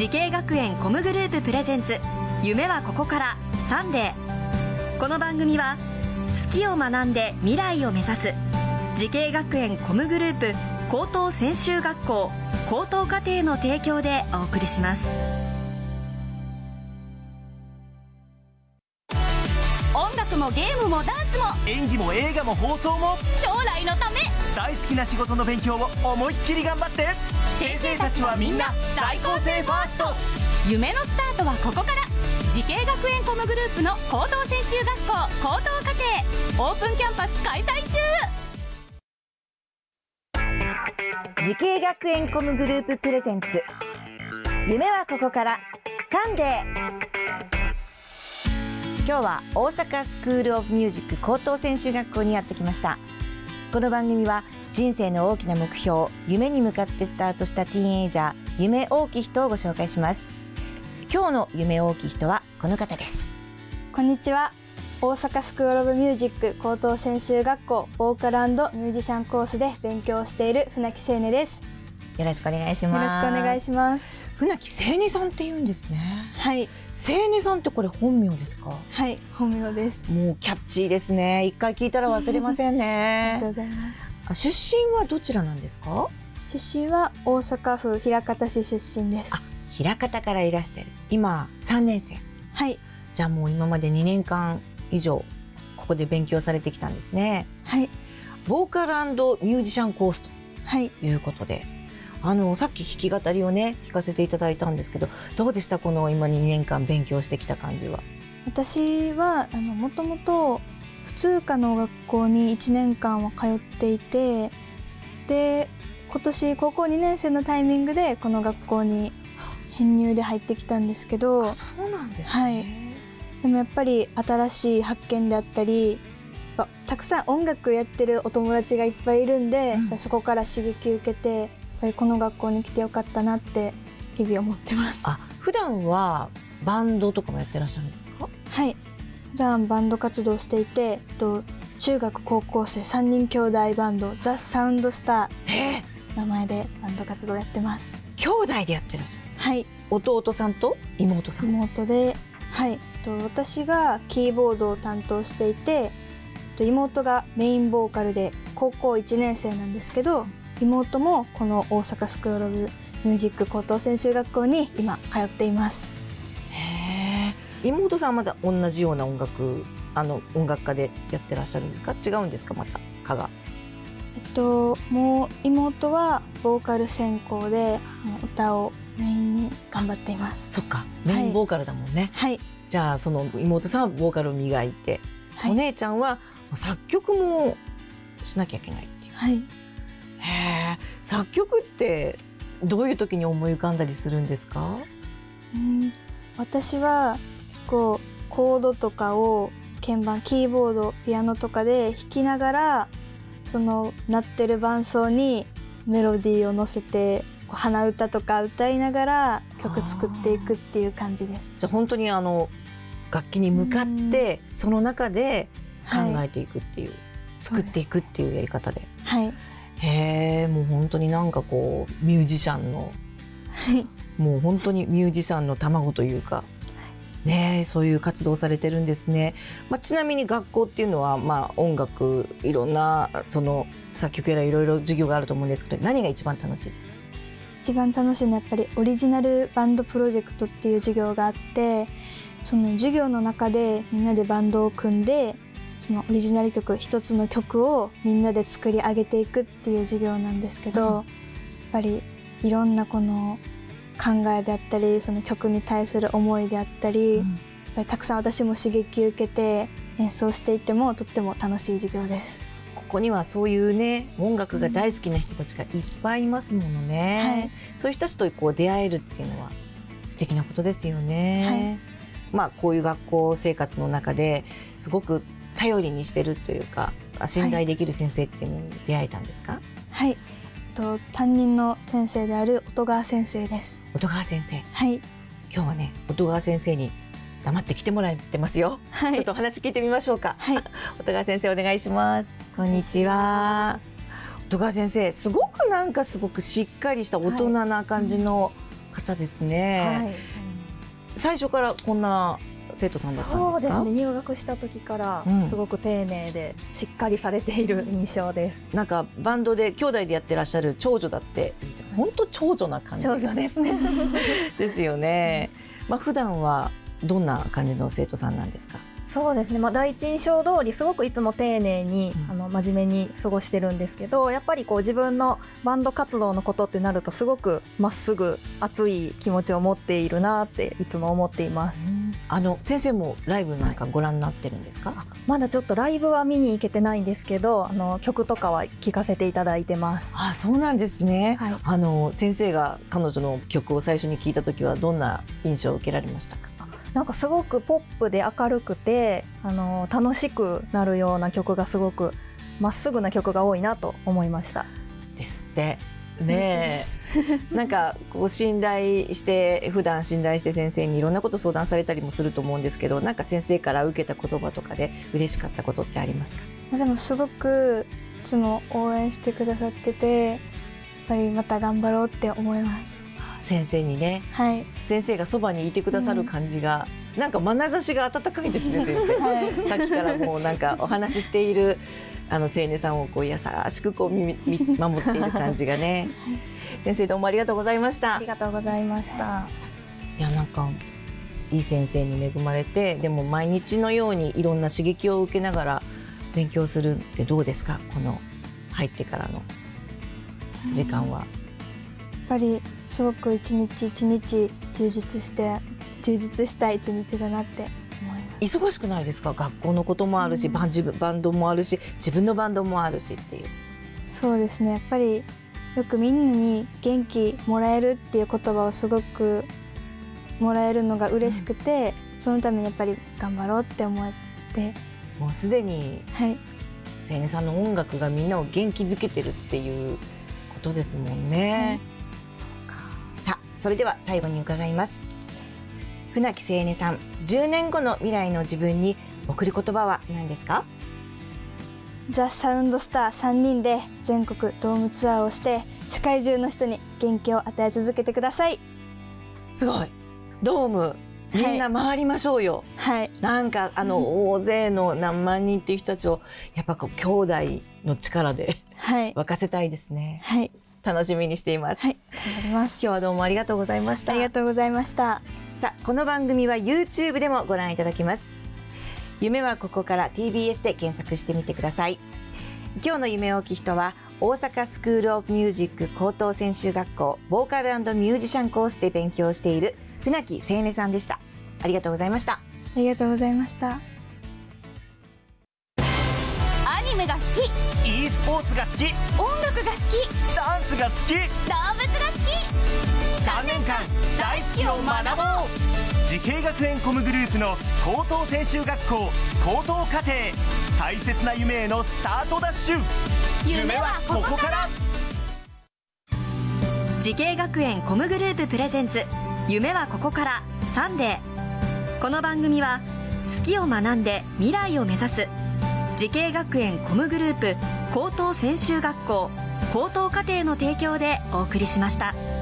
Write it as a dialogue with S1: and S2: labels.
S1: 時系学園コムグループプレゼンツ夢はここからサンデー。この番組は好きを学んで未来を目指す時系学園コムグループ高等専修学校高等課程の提供でお送りします。音楽もゲームもダンスも
S2: 演技も映画も放送も
S1: 将来のため、
S2: 大好きな仕事の勉強を思いっきり頑張って。先生たちはみんな在校生ファースト。
S1: 夢のスタートはここから。時系学園コムグループの高等専修学校高等課程オープンキャンパス開催中。
S3: 時系学園コムグループプレゼンツ夢はここからサンデー。今日は大阪スクールオブミュージック高等専修学校にやってきました。この番組は人生の大きな目標、夢に向かってスタートしたティーンエイジャー、夢大きい人をご紹介します。今日の夢大きい人はこの方です。
S4: こんにちは。大阪スクールオブミュージック高等専修学校ボーカル&ミュージシャンコースで勉強している船木聖音です。
S3: よろしくお願いします。
S4: よろしくお願いします。
S3: 船木聖音さんって言うんですね。
S4: はい。
S3: 聖音さんってこれ本名ですか？
S4: はい、本名です。
S3: もうキャッチーですね。一回聞いたら忘れませんね。
S4: ありがとうございます。
S3: 出身はどちらなんですか？
S4: 出身は大阪府枚方市出身です。
S3: 枚方からいらしてる。今3年生。
S4: はい。
S3: じゃあもう今まで2年間以上ここで勉強されてきたんですね。
S4: はい。
S3: ボーカル&ミュージシャンコースということで、さっき弾き語りをね弾かせていただいたんですけど、どうでした？この今2年間勉強してきた感じは。
S4: 私はもともと普通科の学校に1年間は通っていて、で今年高校2年生のタイミングでこの学校に編入で入ってきたんですけど。
S3: そうなんですね。
S4: はい。でもやっぱり新しい発見であったり、たくさん音楽やってるお友達がいっぱいいるんで、そこから刺激受けてやっぱりこの学校に来てよかったなって日々思ってます。
S3: 普段はバンドとかもやってらっしゃるんですか？
S4: はい。普段バンド活動していて、中学高校生3人兄弟バンドザ・サウンドスター名前でバンド活動やってます。
S3: 兄弟でやってらっしゃる？
S4: はい。
S3: 弟さんと妹さん？
S4: 妹で、はい。私がキーボードを担当していて、妹がメインボーカルで高校1年生なんですけど、妹もこの大阪スクールオブミュージック高等専修学校に今通っています。
S3: へー。妹さんはまだ同じような音楽家でやってらっしゃるんですか？違うんですか？また科が。
S4: もう妹はボーカル専攻で歌をメインに頑張っています。
S3: そっか、メインボーカルだもんね。
S4: はい。
S3: じゃあその妹さんはボーカルを磨いて、はい、お姉ちゃんは作曲もしなきゃいけないっていう。
S4: はい。
S3: へえ。作曲ってどういう時に思い浮かんだりするんですか？
S4: 私は結構コードとかを鍵盤、キーボード、ピアノとかで弾きながら、その鳴ってる伴奏にメロディーを乗せて鼻歌とか歌いながら曲作っていくっていう感じです。
S3: じゃあ本当に楽器に向かってその中で考えていくっていう、作っていくっていうやり方で。
S4: はい。
S3: へえ。もう本当になんかこうミュージシャンの、
S4: はい、
S3: もう本当にミュージシャンの卵というか、ね、そういう活動されてるんですね。ちなみに学校っていうのは、音楽いろんなその作曲やらいろいろ授業があると思うんですけど、何が一番楽しいですか？
S4: 一番楽しいのはやっぱりオリジナルバンドプロジェクトっていう授業があって、その授業の中でみんなでバンドを組んで、そのオリジナル曲一つの曲をみんなで作り上げていくっていう授業なんですけど、やっぱりいろんなこの考えであったり、その曲に対する思いであったり、やっぱりたくさん私も刺激受けて演奏していてもとっても楽しい授業です。
S3: ここにはそういうね、音楽が大好きな人たちがいっぱいいますものね。そういう人たちとこう出会えるっていうのは素敵なことですよね。こういう学校生活の中ですごく頼りにしてるというか、信頼できる先生っていうのに出会えたんですか？
S4: はい。担任の先生である音川先生です。
S3: 音川先生。
S4: はい。
S3: 今日はね、音川先生に黙って来てもらってますよ。ちょっとお話聞いてみましょうか。
S4: はい。
S3: 音川先生お願いします。こんにちは。音川先生、すごくしっかりした大人な感じの方ですね、
S5: はい、
S3: 最初からこんな生徒さんだったんですか？
S5: そうですね、入学した時からすごく丁寧でしっかりされている印象です、
S3: なんかバンドで兄弟でやってらっしゃる長女だって本当長女な感じ
S5: 長女ですね
S3: ですよね、普段はどんな感じの生徒さんなんですか？
S5: そうですね、第一印象通りすごくいつも丁寧に、真面目に過ごしてるんですけど、やっぱりこう自分のバンド活動のことってなるとすごくまっすぐ熱い気持ちを持っているなっていつも思っています。
S3: 先生もライブなんかご覧になってるんですか？
S5: まだちょっとライブは見に行けてないんですけど、曲とかは聴かせていただいてます。
S3: そうなんですね、
S5: はい、
S3: 先生が彼女の曲を最初に聴いた時はどんな印象を受けられましたか？
S5: なんかすごくポップで明るくて楽しくなるような曲がすごくまっすぐな曲が多いなと思いました。
S3: ですってねえなんかこう信頼して普段信頼して先生にいろんなこと相談されたりもすると思うんですけど、なんか先生から受けた言葉とかで嬉しかったことってありますか？
S4: でもすごくいつも応援してくださってて、やっぱりまた頑張ろうって思います。
S3: 先生にね、
S4: はい、
S3: 先生がそばにいてくださる感じが、なんか眼差しが温かいですね先生、
S4: はい、
S3: さっきからもうなんかお話ししている青年さんをこう優しくこう守っている感じがね先生どうもありがとうございました。
S5: ありがとうございました。
S3: いやなんかいい先生に恵まれて、でも毎日のようにいろんな刺激を受けながら勉強するってどうですか？この入ってからの時間は。
S4: やっぱりすごく一日一日充実した一日だなって思います。
S3: 忙しくないですか？学校のこともあるし、バンドもあるし、自分のバンドもあるしっていう。
S4: そうですね、やっぱりよくみんなに元気もらえるっていう言葉をすごくもらえるのが嬉しくて、そのためにやっぱり頑張ろうって思って、
S3: もうすでに
S4: はい、
S3: 青年さんの音楽がみんなを元気づけてるっていうことですもんね、そうか。さあそれでは最後に伺います。船木青年さん、10年後の未来の自分に贈る言葉は何ですか？
S4: ザ・サウンドスター3人で全国ドームツアーをして世界中の人に元気を与え続けてください。
S3: すごい、ドームみんな回りましょうよ、
S4: はい、
S3: なんか大勢の何万人っていう人たちをやっぱこう兄弟の力で、
S4: はい、
S3: 沸かせたいですね、
S4: はい、
S3: 楽しみにしています、
S4: はい、頑張ります。
S3: 今日はどうもありがとうございました。
S4: ありがとうございました。
S3: さあこの番組は YouTube でもご覧いただけます。夢はここから TBS で検索してみてください。今日の夢大きい人は大阪スクールオブミュージック高等専修学校ボーカル&ミュージシャンコースで勉強している船木青音さんでした。ありがとうございました。
S4: ありがとうございました。
S1: アニメが好き、
S2: e スポーツが好き、
S1: 音楽が好き、
S2: ダンスが好き、
S1: 動物が好き、
S2: 3年間大好きを学ぼう。慈恵学園コムグループの高等専修学校高等課程、大切な夢へのスタートダッシュ。夢はここから。
S1: 慈恵学園コムグループプレゼンツ夢はここからサンデー。この番組は好きを学んで未来を目指す慈恵学園コムグループ高等専修学校高等課程の提供でお送りしました。